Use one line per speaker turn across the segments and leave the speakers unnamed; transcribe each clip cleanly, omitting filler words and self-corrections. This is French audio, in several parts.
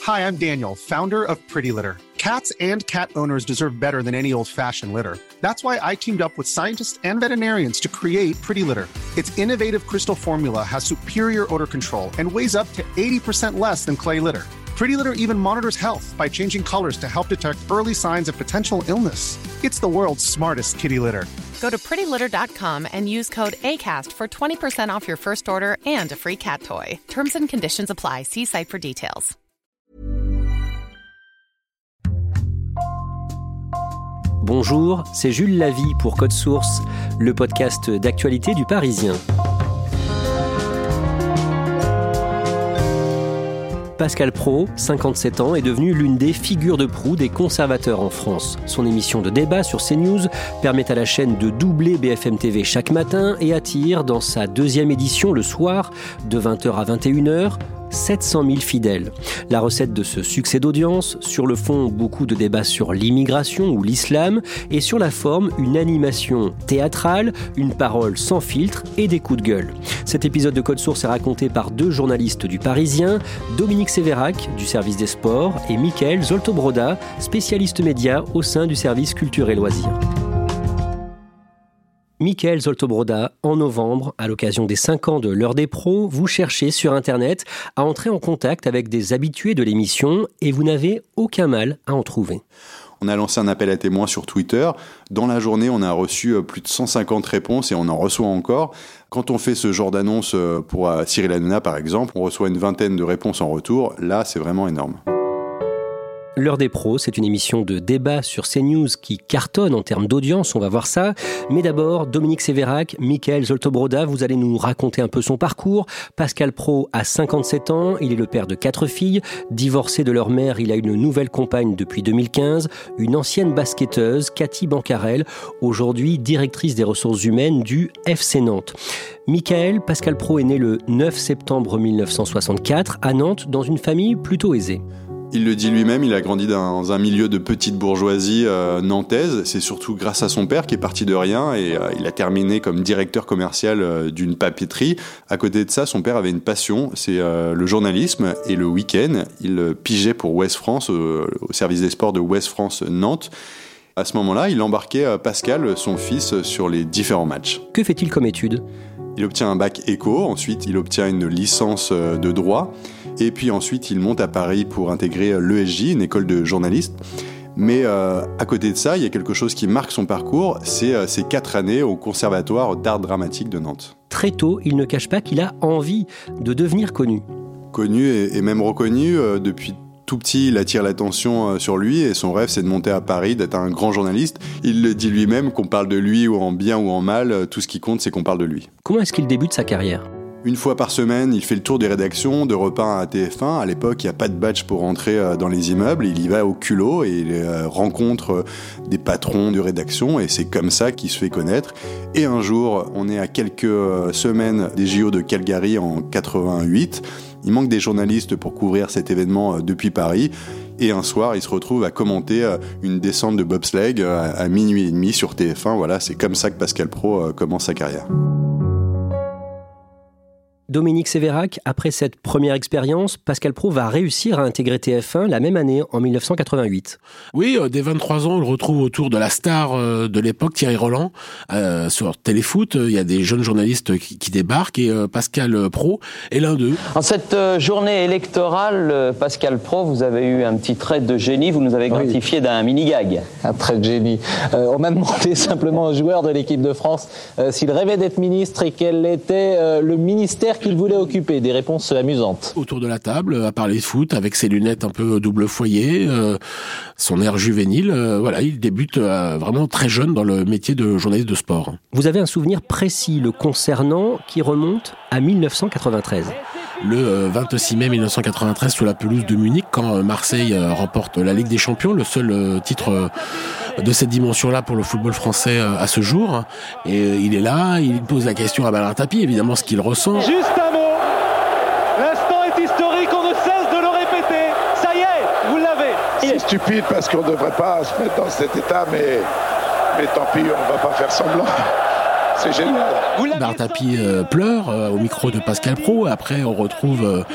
Hi, I'm Daniel, founder of Pretty Litter. Cats and cat owners deserve better than any old-fashioned litter. That's why I teamed up with scientists and veterinarians to create Pretty Litter. Its innovative crystal formula has superior odor control and weighs up to 80% less than clay litter. Pretty Litter even monitors health by changing colors to help detect early signs of potential illness. It's the world's smartest kitty litter.
Go to prettylitter.com and use code ACAST for 20% off your first order and a free cat toy. Terms and conditions apply. See site for details.
Bonjour, c'est Jules Lavie pour Code Source, le podcast d'actualité du Parisien. Pascal Praud, 57 ans, est devenu l'une des figures de proue des conservateurs en France. Son émission de débat sur CNews permet à la chaîne de doubler BFM TV chaque matin et attire, dans sa deuxième édition le soir, de 20h à 21h, 700 000 fidèles. La recette de ce succès d'audience, sur le fond, beaucoup de débats sur l'immigration ou l'islam, et sur la forme, une animation théâtrale, une parole sans filtre et des coups de gueule. Cet épisode de Code Source est raconté par deux journalistes du Parisien, Dominique Sévérac, du service des sports, et Mickaël Zolto-Broda, spécialiste média au sein du service culture et loisirs. Mickaël Zolto-Broda, en novembre, à l'occasion des 5 ans de l'heure des pros, vous cherchez sur Internet à entrer en contact avec des habitués de l'émission et vous n'avez aucun mal à en trouver.
On a lancé un appel à témoins sur Twitter. Dans la journée, on a reçu plus de 150 réponses et on en reçoit encore. Quand on fait ce genre d'annonce pour Cyril Hanouna, par exemple, on reçoit une vingtaine de réponses en retour. Là, c'est vraiment énorme.
L'heure des pros, c'est une émission de débat sur CNews qui cartonne en termes d'audience, on va voir ça. Mais d'abord, Dominique Sévérac, Mickaël Zolto-Broda, vous allez nous raconter un peu son parcours. Pascal Praud a 57 ans, il est le père de 4 filles. Divorcé de leur mère, il a une nouvelle compagne depuis 2015, une ancienne basketteuse, Cathy Bancarel, aujourd'hui directrice des ressources humaines du FC Nantes. Mickaël, Pascal Praud est né le 9 septembre 1964 à Nantes, dans une famille plutôt aisée.
Il le dit lui-même, il a grandi dans un milieu de petite bourgeoisie nantaise. C'est surtout grâce à son père qui est parti de rien et il a terminé comme directeur commercial d'une papeterie. À côté de ça, son père avait une passion, c'est le journalisme. Et le week-end, il pigeait pour Ouest France, au service des sports de Ouest France Nantes. À ce moment-là, il embarquait Pascal, son fils, sur les différents matchs.
Que fait-il comme étude ?
Il obtient un bac éco, ensuite il obtient une licence de droit, et puis ensuite il monte à Paris pour intégrer l'ESJ, une école de journaliste. Mais à côté de ça, il y a quelque chose qui marque son parcours, c'est ses 4 années au Conservatoire d'art dramatique de Nantes.
Très tôt, il ne cache pas qu'il a envie de devenir connu.
Connu et même reconnu depuis tout petit, il attire l'attention sur lui et son rêve, c'est de monter à Paris, d'être un grand journaliste. Il le dit lui-même, qu'on parle de lui ou en bien ou en mal, tout ce qui compte, c'est qu'on parle de lui.
Comment est-ce qu'il débute sa carrière ?
Une fois par semaine, il fait le tour des rédactions, de Europe 1 à TF1. À l'époque, il n'y a pas de badge pour rentrer dans les immeubles. Il y va au culot et il rencontre des patrons de rédaction et c'est comme ça qu'il se fait connaître. Et un jour, on est à quelques semaines des JO de Calgary en 88. Il manque des journalistes pour couvrir cet événement depuis Paris. Et un soir, il se retrouve à commenter une descente de bobsleigh à minuit et demi sur TF1. Voilà, c'est comme ça que Pascal Praud commence sa carrière.
Dominique Sévérac, après cette première expérience, Pascal Praud va réussir à intégrer TF1 la même année, en 1988.
Oui, dès 23 ans, on le retrouve autour de la star de l'époque, Thierry Roland, sur Téléfoot. Il y a des jeunes journalistes qui débarquent et Pascal Praud est l'un d'eux.
En cette journée électorale, Pascal Praud, vous avez eu un petit trait de génie, vous nous avez gratifié d'un mini-gag.
Un trait de génie. On m'a demandé simplement aux joueurs de l'équipe de France s'il rêvait d'être ministre et quel était le ministère qu'il voulait occuper. Des réponses amusantes.
Autour de la table, à parler de foot, avec ses lunettes un peu double foyer, son air juvénile. Voilà, il débute vraiment très jeune dans le métier de journaliste de sport.
Vous avez un souvenir précis le concernant qui remonte à 1993.
Le 26 mai 1993, sous la pelouse de Munich, quand Marseille remporte la Ligue des Champions, le seul titre de cette dimension-là pour le football français à ce jour. Et il est là, il pose la question à Bernard Tapie, évidemment ce qu'il ressent.
Juste un mot, l'instant est historique, on ne cesse de le répéter. Ça y est, vous l'avez.
C'est stupide parce qu'on ne devrait pas se mettre dans cet état, mais tant pis, on ne va pas faire semblant. C'est génial.
Bernard Tapie pleure au micro de Pascal Praud. Après, on retrouve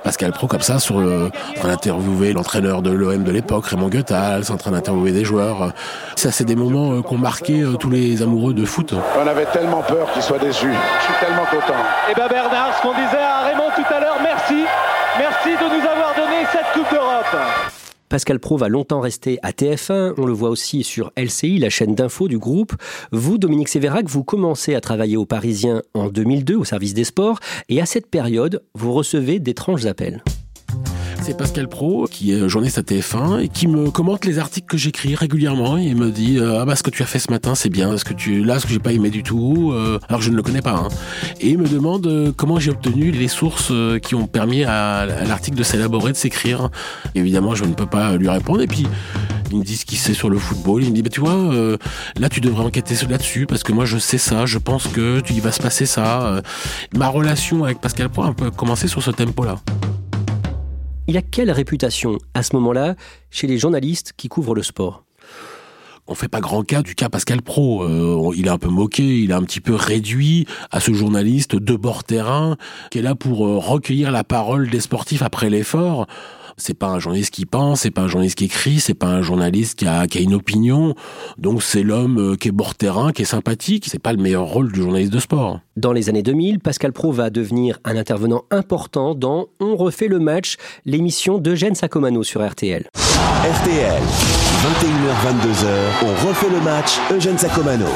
Pascal Praud comme ça, en train d'interviewer l'entraîneur de l'OM de l'époque, Raymond Goethals, en train d'interviewer des joueurs. Ça, c'est des moments qui ont marqué tous les amoureux de foot.
On avait tellement peur qu'il soit déçu. Je suis tellement content.
Et ben Bernard, ce qu'on disait à Raymond tout à l'heure, merci. Merci de nous avoir donné cette Coupe d'Europe.
Pascal Praud va longtemps rester à TF1, on le voit aussi sur LCI, la chaîne d'info du groupe. Vous, Dominique Sévérac, vous commencez à travailler au Parisien en 2002 au service des sports et à cette période, vous recevez d'étranges appels.
C'est Pascal Praud, qui est journaliste à TF1 et qui me commente les articles que j'écris régulièrement. Il me dit ce que tu as fait ce matin, c'est bien. Ce que j'ai pas aimé du tout, alors que je ne le connais pas. Hein. Et il me demande comment j'ai obtenu les sources qui ont permis à l'article de s'élaborer, de s'écrire. Évidemment, je ne peux pas lui répondre. Et puis, il me dit ce qu'il sait sur le football. Il me dit, tu vois, là, tu devrais enquêter là-dessus parce que moi, je sais ça. Je pense que il va se passer ça. Ma relation avec Pascal Praud a un peu commencé sur ce tempo-là.
Il a quelle réputation, à ce moment-là, chez les journalistes qui couvrent le sport ?
On fait pas grand cas du cas Pascal Praud. Il est un peu moqué, il est un petit peu réduit à ce journaliste de bord terrain qui est là pour recueillir la parole des sportifs après l'effort. C'est pas un journaliste qui pense, c'est pas un journaliste qui écrit, c'est pas un journaliste qui a une opinion. Donc c'est l'homme qui est bord terrain, qui est sympathique. C'est pas le meilleur rôle du journaliste de sport.
Dans les années 2000, Pascal Praud va devenir un intervenant important dans On refait le match, l'émission d'Eugène Sacomano sur RTL.
RTL, 21h-22h, on refait le match, Eugène Sacomano.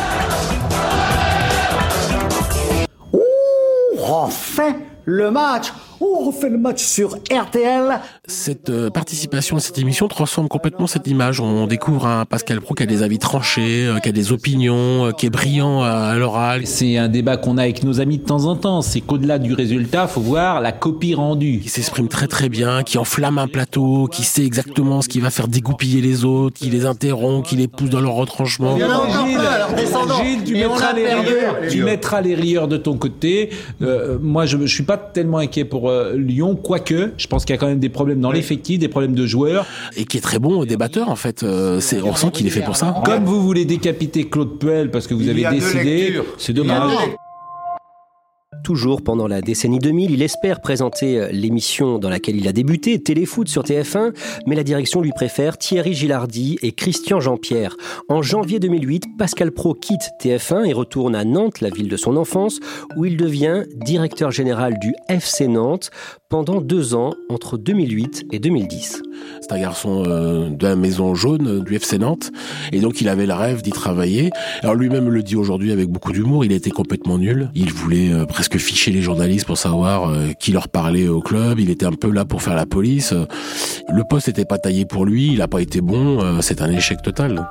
On refait le match. On refait le match sur RTL.
Cette participation à cette émission transforme complètement cette image. On découvre un Pascal Praud qui a des avis tranchés, qui a des opinions, qui est brillant à l'oral.
C'est un débat qu'on a avec nos amis de temps en temps. C'est qu'au-delà du résultat, faut voir la copie rendue.
Qui s'exprime très très bien, qui enflamme un plateau, qui sait exactement ce qui va faire dégoupiller les autres, qui les interrompt, qui les pousse dans leur retranchement.
Gilles, tu mettras les rieurs de ton côté. Moi, je suis pas tellement inquiet pour Lyon, quoique je pense qu'il y a quand même des problèmes dans l'effectif, des problèmes de joueurs.
Et qui est très bon débatteur en fait. On sent qu'il est fait pour ça.
Comme vous voulez décapiter Claude Puel parce que vous avez décidé, c'est dommage.
Toujours pendant la décennie 2000, il espère présenter l'émission dans laquelle il a débuté, Téléfoot sur TF1, mais la direction lui préfère Thierry Gilardi et Christian Jean-Pierre. En janvier 2008, Pascal Praud quitte TF1 et retourne à Nantes, la ville de son enfance, où il devient directeur général du FC Nantes pendant 2 ans, entre 2008 et 2010.
C'est un garçon de la maison jaune du FC Nantes, et donc il avait le rêve d'y travailler. Alors lui-même le dit aujourd'hui avec beaucoup d'humour, il était complètement nul. Il voulait presque ficher les journalistes pour savoir qui leur parlait au club. Il était un peu là pour faire la police. Le poste n'était pas taillé pour lui, il n'a pas été bon, c'est un échec total.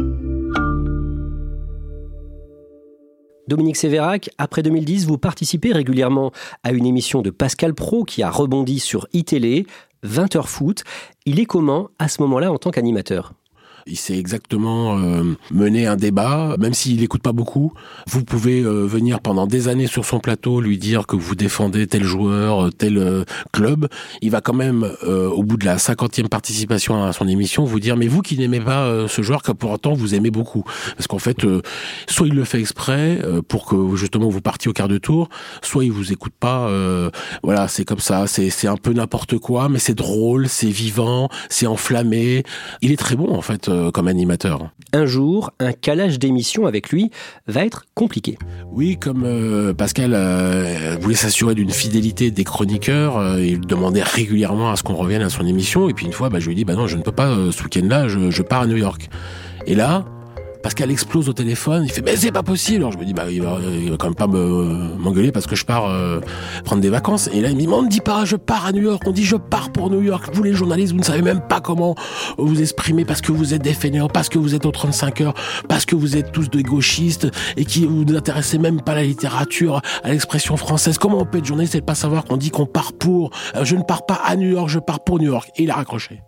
Dominique Sévérac, après 2010, vous participez régulièrement à une émission de Pascal Praud qui a rebondi sur iTélé, 20h foot. Il est comment à ce moment-là en tant qu'animateur ?
Il sait exactement mener un débat, même s'il n'écoute pas beaucoup. Vous pouvez venir pendant des années sur son plateau, lui dire que vous défendez tel joueur, tel club. Il va quand même, au bout de la 50e participation à son émission, vous dire « Mais vous qui n'aimez pas ce joueur, que pourtant vous aimez beaucoup. » Parce qu'en fait, soit il le fait exprès pour que justement vous partiez au quart de tour, soit il vous écoute pas. Voilà, c'est comme ça. C'est un peu n'importe quoi, mais c'est drôle, c'est vivant, c'est enflammé. Il est très bon en fait. Comme animateur.
Un jour, un calage d'émission avec lui va être compliqué.
Oui, comme Pascal voulait s'assurer d'une fidélité des chroniqueurs, il demandait régulièrement à ce qu'on revienne à son émission. Et puis une fois, je lui ai dit, non, je ne peux pas ce week-end-là, je pars à New York. Et là, Pascal explose au téléphone, il fait mais c'est pas possible. Alors je me dis il va quand même pas m'engueuler parce que je pars prendre des vacances. Et là il me dit on ne dit pas je pars à New York, on dit je pars pour New York. Vous les journalistes, vous ne savez même pas comment vous exprimer parce que vous êtes des fainéants, parce que vous êtes aux 35 heures, parce que vous êtes tous des gauchistes et qui vous n'intéressez même pas à la littérature, à l'expression française. Comment on peut être journaliste et pas savoir qu'on dit qu'on part pour je ne pars pas à New York, je pars pour New York. Et il a raccroché.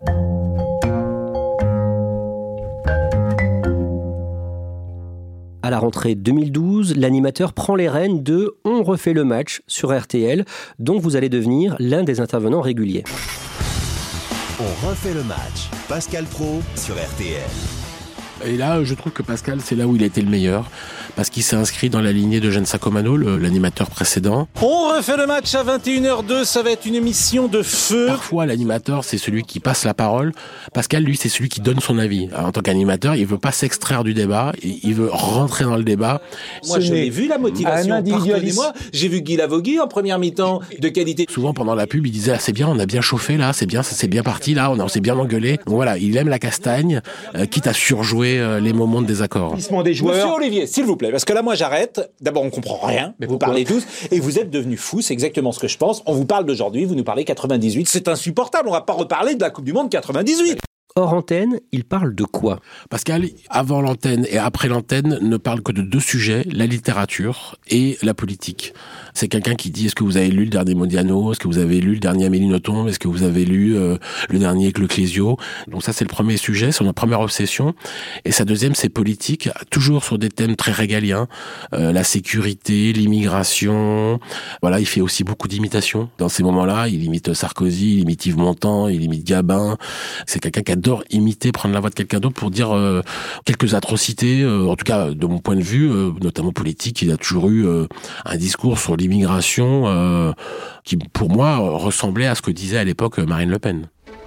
À la rentrée 2012, l'animateur prend les rênes de On refait le match sur RTL, dont vous allez devenir l'un des intervenants réguliers.
On refait le match. Pascal Praud sur RTL.
Et là, je trouve que Pascal, c'est là où il a été le meilleur, parce qu'il s'est inscrit dans la lignée d'Eugène Sacomano, l'animateur précédent.
On refait le match à 21h02, ça va être une émission de feu.
Parfois, l'animateur, c'est celui qui passe la parole. Pascal, lui, c'est celui qui donne son avis. Alors, en tant qu'animateur, il veut pas s'extraire du débat, il veut rentrer dans le débat.
Moi, je l'ai vu, la motivation, pardonnez-moi. J'ai vu Guy Lavogui en première mi-temps, de qualité.
Souvent, pendant la pub, il disait, c'est bien, on a bien chauffé, là, c'est bien, ça s'est bien parti, là, on s'est bien engueulé. Donc voilà, il aime la castagne, quitte à surjouer les moments de désaccord.
Des joueurs. Monsieur Olivier, s'il vous plaît, parce que là, moi, j'arrête. D'abord, on comprend rien, mais vous parlez tous, et vous êtes devenus fous, c'est exactement ce que je pense. On vous parle d'aujourd'hui, vous nous parlez 98, c'est insupportable, on va pas reparler de la Coupe du Monde 98.
Hors antenne, il parle de quoi ?
Pascal, avant l'antenne et après l'antenne, ne parle que de 2 sujets, la littérature et la politique. C'est quelqu'un qui dit, est-ce que vous avez lu le dernier Modiano ? Est-ce que vous avez lu le dernier Amélie Nothomb ? Est-ce que vous avez lu le dernier Claude Clésio ? Donc ça, c'est le premier sujet, c'est notre première obsession. Et sa deuxième, c'est politique, toujours sur des thèmes très régaliens, la sécurité, l'immigration. Voilà, il fait aussi beaucoup d'imitations. Dans ces moments-là, il imite Sarkozy, il imite Yves Montand, il imite Gabin. C'est quelqu'un qui adore imiter, prendre la voix de quelqu'un d'autre pour dire quelques atrocités. En tout cas, de mon point de vue, notamment politique, il a toujours eu un discours sur l'immigration qui, pour moi, ressemblait à ce que disait à l'époque Marine Le Pen.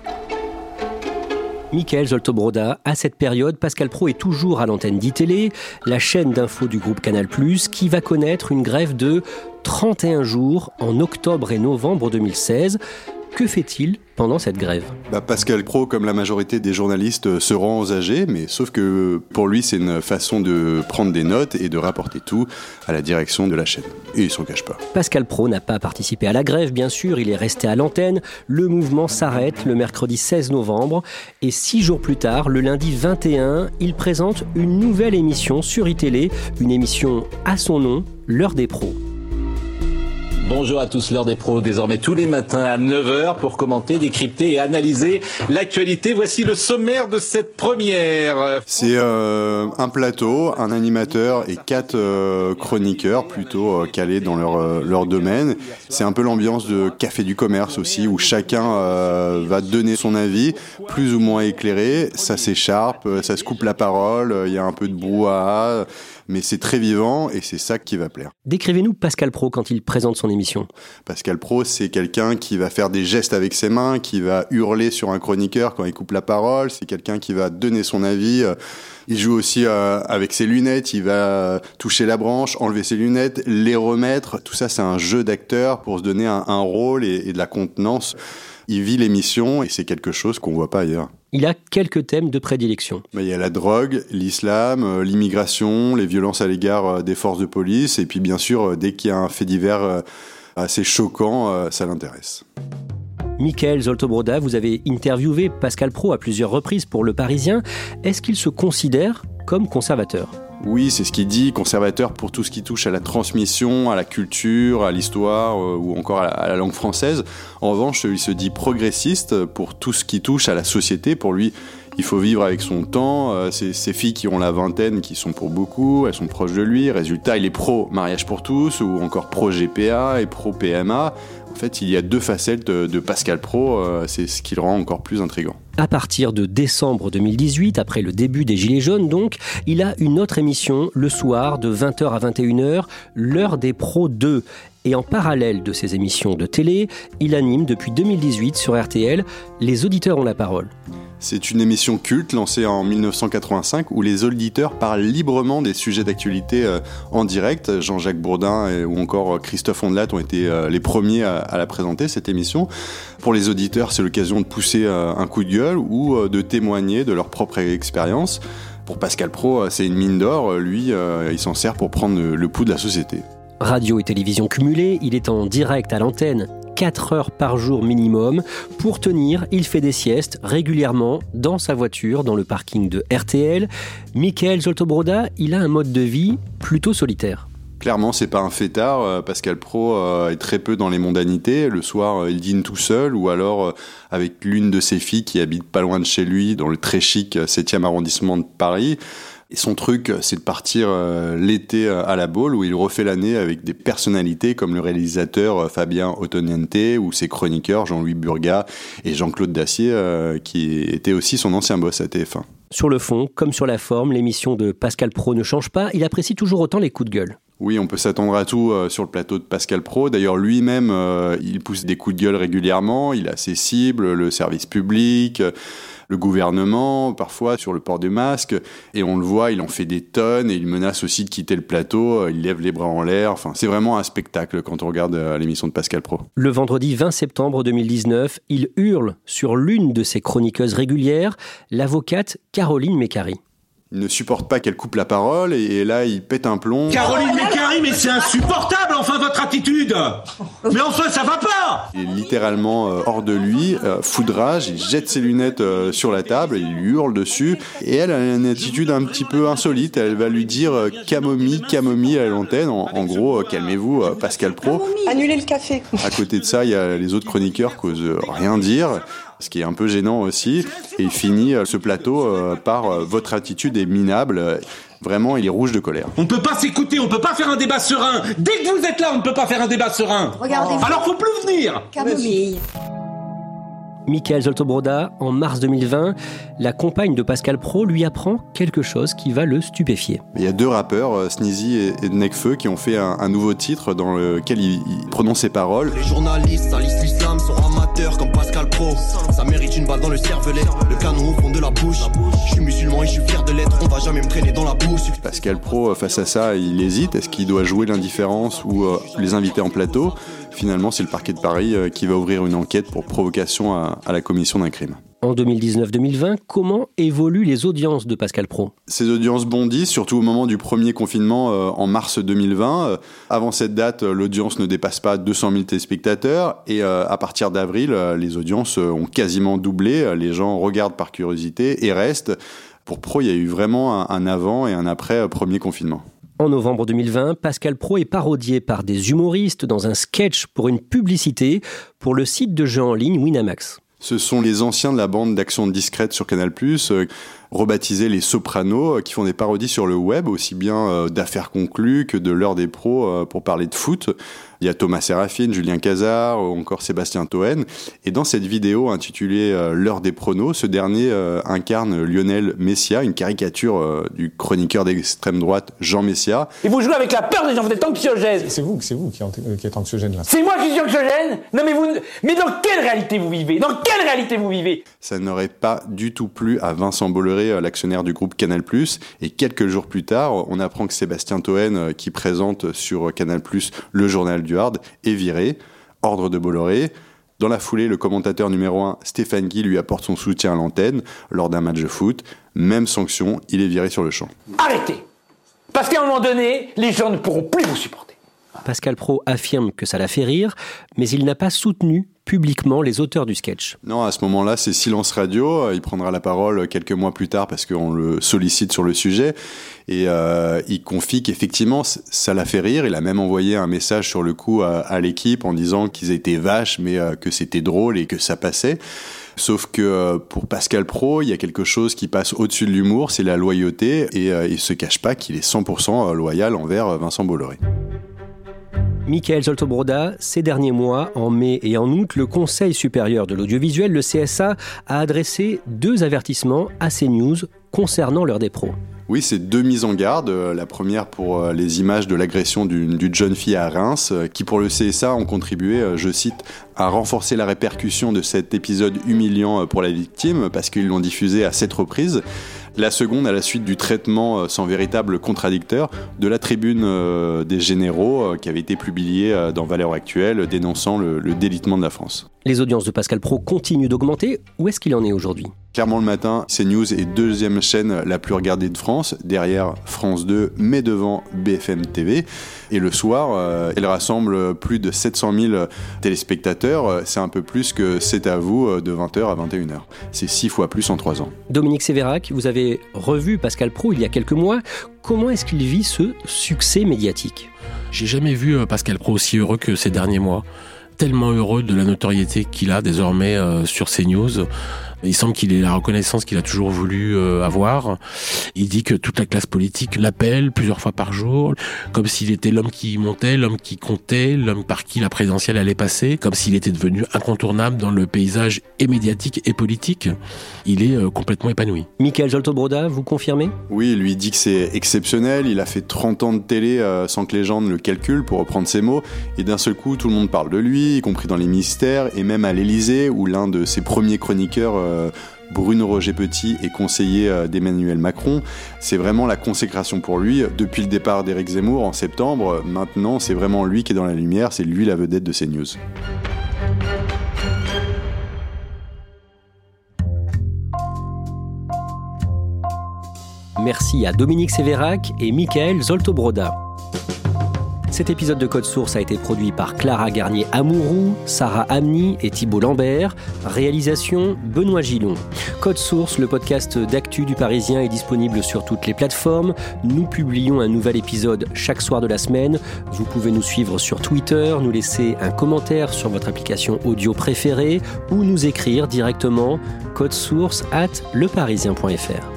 Mickaël Zolto-Broda, à cette période, Pascal Praud est toujours à l'antenne d'ITélé, la chaîne d'info du groupe Canal+, qui va connaître une grève de 31 jours en octobre et novembre 2016. Que fait-il pendant cette grève ?
Pascal Praud, comme la majorité des journalistes, se rend aux AG, mais sauf que pour lui, c'est une façon de prendre des notes et de rapporter tout à la direction de la chaîne. Et il s'en cache pas.
Pascal Praud n'a pas participé à la grève, bien sûr, il est resté à l'antenne. Le mouvement s'arrête le mercredi 16 novembre. Et 6 jours plus tard, le lundi 21, il présente une nouvelle émission sur iTélé, une émission à son nom, L'heure des pros.
Bonjour à tous, l'heure des pros, désormais tous les matins à 9h pour commenter, décrypter et analyser l'actualité. Voici le sommaire de cette première.
C'est un plateau, un animateur et 4 chroniqueurs plutôt calés dans leur domaine. C'est un peu l'ambiance de Café du Commerce aussi, où chacun va donner son avis, plus ou moins éclairé. Ça s'écharpe, ça se coupe la parole, il y a un peu de brouhaha. Mais c'est très vivant et c'est ça qui va plaire.
Décrivez-nous Pascal Praud quand il présente son émission.
Pascal Praud, c'est quelqu'un qui va faire des gestes avec ses mains, qui va hurler sur un chroniqueur quand il coupe la parole. C'est quelqu'un qui va donner son avis. Il joue aussi avec ses lunettes. Il va toucher la branche, enlever ses lunettes, les remettre. Tout ça, c'est un jeu d'acteur pour se donner un rôle et de la contenance. Il vit l'émission et c'est quelque chose qu'on voit pas ailleurs.
Il a quelques thèmes de prédilection.
Il y a la drogue, l'islam, l'immigration, les violences à l'égard des forces de police. Et puis bien sûr, dès qu'il y a un fait divers assez choquant, ça l'intéresse.
Mickaël Zolto-Broda, vous avez interviewé Pascal Praud à plusieurs reprises pour Le Parisien. Est-ce qu'il se considère comme conservateur ?
Oui, c'est ce qu'il dit, conservateur pour tout ce qui touche à la transmission, à la culture, à l'histoire ou encore à la langue française. En revanche, il se dit progressiste pour tout ce qui touche à la société. Pour lui, il faut vivre avec son temps. Ces filles qui ont la vingtaine, qui sont pour beaucoup, elles sont proches de lui. Résultat, il est pro mariage pour tous ou encore pro GPA et pro PMA. En fait, il y a 2 facettes de Pascal Praud, c'est ce qui le rend encore plus intriguant.
À partir de décembre 2018, après le début des Gilets jaunes donc, il a une autre émission le soir de 20h à 21h, L'heure des pros 2. Et en parallèle de ses émissions de télé, il anime depuis 2018 sur RTL Les auditeurs ont la parole.
C'est une émission culte lancée en 1985 où les auditeurs parlent librement des sujets d'actualité en direct. Jean-Jacques Bourdin ou encore Christophe Ondelat ont été les premiers à la présenter, cette émission. Pour les auditeurs, c'est l'occasion de pousser un coup de gueule ou de témoigner de leur propre expérience. Pour Pascal Praud, c'est une mine d'or. Lui, il s'en sert pour prendre le pouls de la société.
Radio et télévision cumulées, il est en direct à l'antenne 4 heures par jour minimum. Pour tenir, il fait des siestes régulièrement dans sa voiture, dans le parking de RTL. Mickaël Zolto-Broda, il a un mode de vie plutôt solitaire.
Clairement, c'est pas un fêtard. Pascal Praud est très peu dans les mondanités. Le soir, il dîne tout seul ou alors avec l'une de ses filles qui habite pas loin de chez lui, dans le très chic 7e arrondissement de Paris. Et son truc, c'est de partir l'été à la Baule, où il refait l'année avec des personnalités comme le réalisateur Fabien Ottoniente ou ses chroniqueurs Jean-Louis Burgat et Jean-Claude Dacier, qui était aussi son ancien boss à TF1.
Sur le fond, comme sur la forme, l'émission de Pascal Praud ne change pas. Il apprécie toujours autant les coups de gueule.
Oui, on peut s'attendre à tout sur le plateau de Pascal Praud. D'ailleurs, lui-même, il pousse des coups de gueule régulièrement. Il a ses cibles, le service public, le gouvernement, parfois sur le port du masque. Et on le voit, il en fait des tonnes et il menace aussi de quitter le plateau. Il lève les bras en l'air. Enfin, c'est vraiment un spectacle quand on regarde l'émission de Pascal Praud.
Le vendredi 20 septembre 2019, il hurle sur l'une de ses chroniqueuses régulières, l'avocate Caroline Mécari.
Il ne supporte pas qu'elle coupe la parole et là, il pète un plomb.
Caroline Mécari, mais c'est insupportable, enfin, votre attitude. Mais enfin, ça va pas.
Il est littéralement hors de lui, fou de rage, il jette ses lunettes sur la table, il lui hurle dessus. Et elle a une attitude un petit peu insolite. Elle va lui dire camomille à l'antenne. En gros, calmez-vous, Pascal Praud.
Annulez le café.
À côté de ça, il y a les autres chroniqueurs qui osent rien dire. Ce qui est un peu gênant aussi. Et il finit ce plateau par « Votre attitude est minable ». Vraiment, il est rouge de colère.
On ne peut pas s'écouter, on ne peut pas faire un débat serein. Dès que vous êtes là, on ne peut pas faire un débat serein.
Regardez-vous.
Alors, faut plus venir.
Camomille.
Michael Zolto-Broda, en mars 2020, la compagne de Pascal Praud lui apprend quelque chose qui va le stupéfier.
Il y a 2 rappeurs, Sneezy et Nekfeu, qui ont fait un nouveau titre dans lequel ils prononcent ces paroles.
Les journalistes salissent l'islam, sont amateurs comme Pascal Praud. Ça mérite une balle dans le cervelet, le canon au fond de la bouche. Je suis musulman et je suis fier de l'être, on va jamais me traîner dans la bouche.
Pascal Praud, face à ça, il hésite. Est-ce qu'il doit jouer l'indifférence ou les inviter en plateau ? Finalement, c'est le parquet de Paris qui va ouvrir une enquête pour provocation à la commission d'un crime.
En 2019-2020, comment évoluent les audiences de Pascal Praud ?
Ces audiences bondissent, surtout au moment du premier confinement en mars 2020. Avant cette date, l'audience ne dépasse pas 200 000 téléspectateurs. Et à partir d'avril, les audiences ont quasiment doublé. Les gens regardent par curiosité et restent. Pour Praud, il y a eu vraiment un avant et un après premier confinement.
En novembre 2020, Pascal Praud est parodié par des humoristes dans un sketch pour une publicité pour le site de jeux en ligne Winamax.
Ce sont les anciens de la bande d'Action Discrète sur Canal+, rebaptisés les Sopranos, qui font des parodies sur le web, aussi bien d'Affaires conclues que de l'heure des pros pour parler de foot. Il y a Thomas Sérafine, Julien Cazard ou encore Sébastien Toen. Et dans cette vidéo intitulée L'heure des pronos, ce dernier incarne Lionel Messia, une caricature du chroniqueur d'extrême droite Jean Messia.
Et vous jouez avec la peur des gens, vous êtes anxiogène.
C'est vous qui êtes anxiogène là.
C'est moi qui suis anxiogène ? Non mais dans quelle réalité vous vivez ? Dans quelle réalité vous vivez ?
Ça n'aurait pas du tout plu à Vincent Bolloré, l'actionnaire du groupe Canal+. Et quelques jours plus tard, on apprend que Sébastien Toen, qui présente sur Canal+, le journal du Hard, est viré. Ordre de Bolloré. Dans la foulée, le commentateur numéro 1, Stéphane Guy, lui apporte son soutien à l'antenne lors d'un match de foot. Même sanction, il est viré sur le champ.
Arrêtez ! Parce qu'à un moment donné, les gens ne pourront plus vous supporter.
Pascal Praud affirme que ça l'a fait rire, mais il n'a pas soutenu publiquement les auteurs du sketch.
Non, à ce moment-là, c'est silence radio. Il prendra la parole quelques mois plus tard parce qu'on le sollicite sur le sujet. Et il confie qu'effectivement, ça l'a fait rire. Il a même envoyé un message sur le coup à l'équipe en disant qu'ils étaient vaches, mais que c'était drôle et que ça passait. Sauf que pour Pascal Praud, il y a quelque chose qui passe au-dessus de l'humour, c'est la loyauté. Et il se cache pas qu'il est 100% loyal envers Vincent Bolloré.
Michael Zolto-Broda, ces derniers mois, en mai et en août, le Conseil supérieur de l'audiovisuel, le CSA, a adressé 2 avertissements à CNews concernant l'heure des pros.
Oui, c'est 2 mises en garde. La première pour les images de l'agression d'une jeune fille à Reims, qui pour le CSA ont contribué, je cite, à renforcer la répercussion de cet épisode humiliant pour la victime, parce qu'ils l'ont diffusé à 7 reprises. La seconde, à la suite du traitement sans véritable contradicteur de la tribune des généraux qui avait été publiée dans Valeurs Actuelles, dénonçant le délitement de la France.
Les audiences de Pascal Praud continuent d'augmenter. Où est-ce qu'il en est aujourd'hui ?
Clairement, le matin, CNews est 2e chaîne la plus regardée de France, derrière France 2, mais devant BFM TV. Et le soir, elle rassemble plus de 700 000 téléspectateurs. C'est un peu plus que C'est à vous de 20h à 21h. C'est 6 fois plus en 3 ans.
Dominique Sévérac, vous avez revu Pascal Praud il y a quelques mois. Comment est-ce qu'il vit ce succès médiatique ?
J'ai jamais vu Pascal Praud aussi heureux que ces derniers mois. Tellement heureux de la notoriété qu'il a désormais sur CNews. Il semble qu'il ait la reconnaissance qu'il a toujours voulu avoir. Il dit que toute la classe politique l'appelle plusieurs fois par jour, comme s'il était l'homme qui montait, l'homme qui comptait, l'homme par qui la présidentielle allait passer, comme s'il était devenu incontournable dans le paysage et médiatique et politique. Il est complètement épanoui.
Mickaël Zolto-Broda, vous confirmez ?
Oui, il lui dit que c'est exceptionnel. Il a fait 30 ans de télé sans que les gens ne le calculent, pour reprendre ses mots. Et d'un seul coup, tout le monde parle de lui, y compris dans les ministères, et même à l'Élysée, où l'un de ses premiers chroniqueurs, Bruno Roger-Petit, est conseiller d'Emmanuel Macron. C'est vraiment la consécration pour lui. Depuis le départ d'Éric Zemmour en septembre, maintenant, c'est vraiment lui qui est dans la lumière. C'est lui la vedette de CNews.
Merci à Dominique Sévérac et Mickaël Zolto-Broda. Cet épisode de Code Source a été produit par Clara Garnier-Amouroux, Sarah Amni et Thibault Lambert. Réalisation Benoît Gillon. Code Source, le podcast d'actu du Parisien, est disponible sur toutes les plateformes. Nous publions un nouvel épisode chaque soir de la semaine. Vous pouvez nous suivre sur Twitter, nous laisser un commentaire sur votre application audio préférée ou nous écrire directement codesource@leparisien.fr.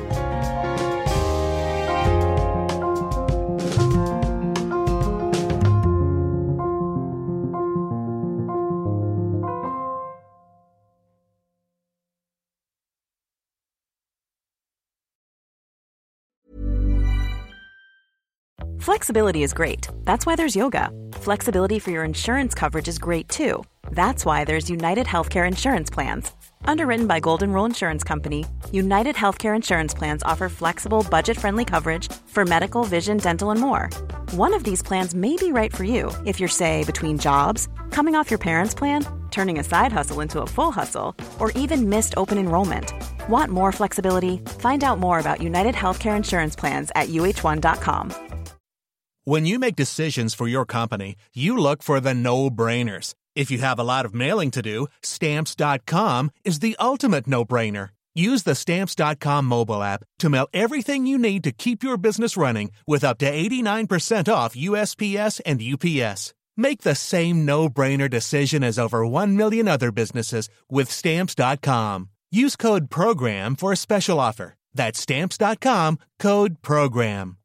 Flexibility is great. That's why there's yoga. Flexibility for your insurance coverage is great too. That's why there's United Healthcare Insurance Plans. Underwritten by Golden Rule Insurance Company, United Healthcare Insurance Plans offer flexible, budget-friendly coverage for medical, vision, dental, and more. One of these plans may be right for you if you're, say, between jobs, coming off your parents' plan, turning a side hustle into a full hustle, or even missed open enrollment. Want more flexibility? Find out more about United Healthcare Insurance Plans at uh1.com.
When you make decisions for your company, you look for the no-brainers. If you have a lot of mailing to do, Stamps.com is the ultimate no-brainer. Use the Stamps.com mobile app to mail everything you need to keep your business running with up to 89% off USPS and UPS. Make the same no-brainer decision as over 1 million other businesses with Stamps.com. Use code PROGRAM for a special offer. That's Stamps.com, code PROGRAM.